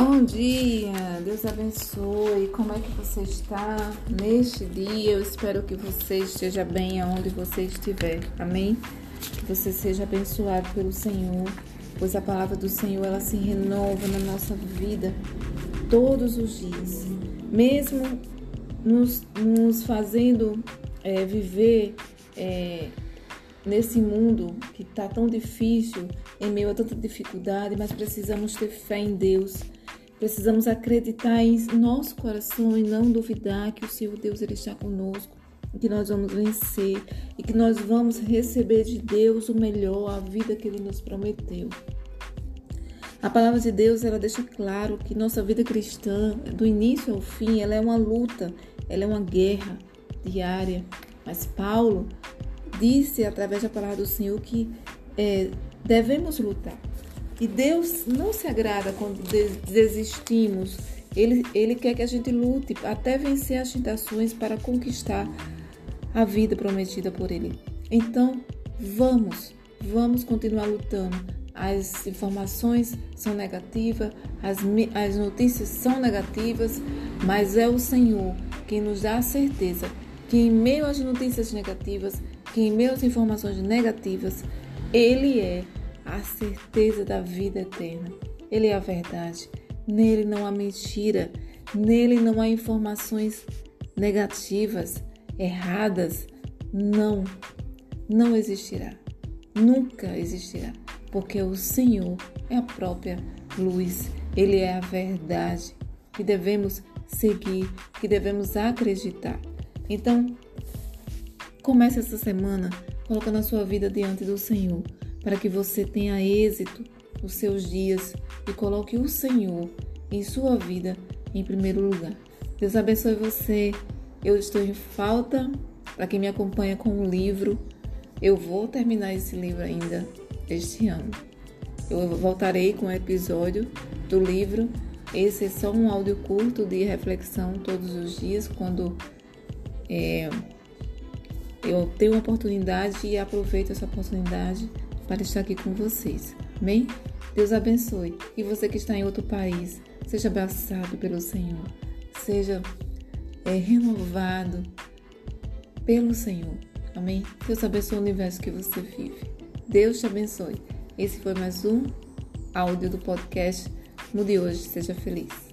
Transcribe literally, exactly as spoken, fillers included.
Bom dia, Deus abençoe. Como é que você está neste dia? Eu espero que você esteja bem aonde você estiver. Amém? Que você seja abençoado pelo Senhor, pois a palavra do Senhor ela se renova na nossa vida todos os dias, mesmo nos, nos fazendo é, viver é, nesse mundo que está tão difícil, em meio a tanta dificuldade, mas precisamos ter fé em Deus. Precisamos acreditar em nosso coração e não duvidar que o Senhor Deus ele está conosco, que nós vamos vencer e que nós vamos receber de Deus o melhor, a vida que Ele nos prometeu. A palavra de Deus ela deixa claro que nossa vida cristã, do início ao fim, ela é uma luta, ela é uma guerra diária. Mas Paulo disse através da palavra do Senhor que é, devemos lutar. E Deus não se agrada quando desistimos. Ele, ele quer que a gente lute até vencer as tentações para conquistar a vida prometida por Ele. Então, vamos, vamos continuar lutando. As informações são negativas, as, as notícias são negativas, mas é o Senhor quem nos dá a certeza que em meio às notícias negativas, que em meio às informações negativas, Ele é a certeza da vida eterna. Ele é a verdade. Nele não há mentira. Nele não há informações negativas, erradas. Não, não existirá. Nunca existirá. Porque o Senhor é a própria luz. Ele é a verdade que devemos seguir, que devemos acreditar. Então, comece essa semana colocando a sua vida diante do Senhor, para que você tenha êxito nos seus dias e coloque o Senhor em sua vida em primeiro lugar. Deus abençoe você. Eu estou em falta para quem me acompanha com o livro. Eu vou terminar esse livro ainda este ano. Eu voltarei com o episódio do livro. Esse é só um áudio curto de reflexão todos os dias, quando é, eu tenho uma oportunidade e aproveito essa oportunidade para estar aqui com vocês. Amém? Deus abençoe. E você que está em outro país, seja abraçado pelo Senhor. Seja é, renovado pelo Senhor. Amém? Deus abençoe o universo que você vive. Deus te abençoe. Esse foi mais um áudio do podcast Mude Hoje, Seja Feliz.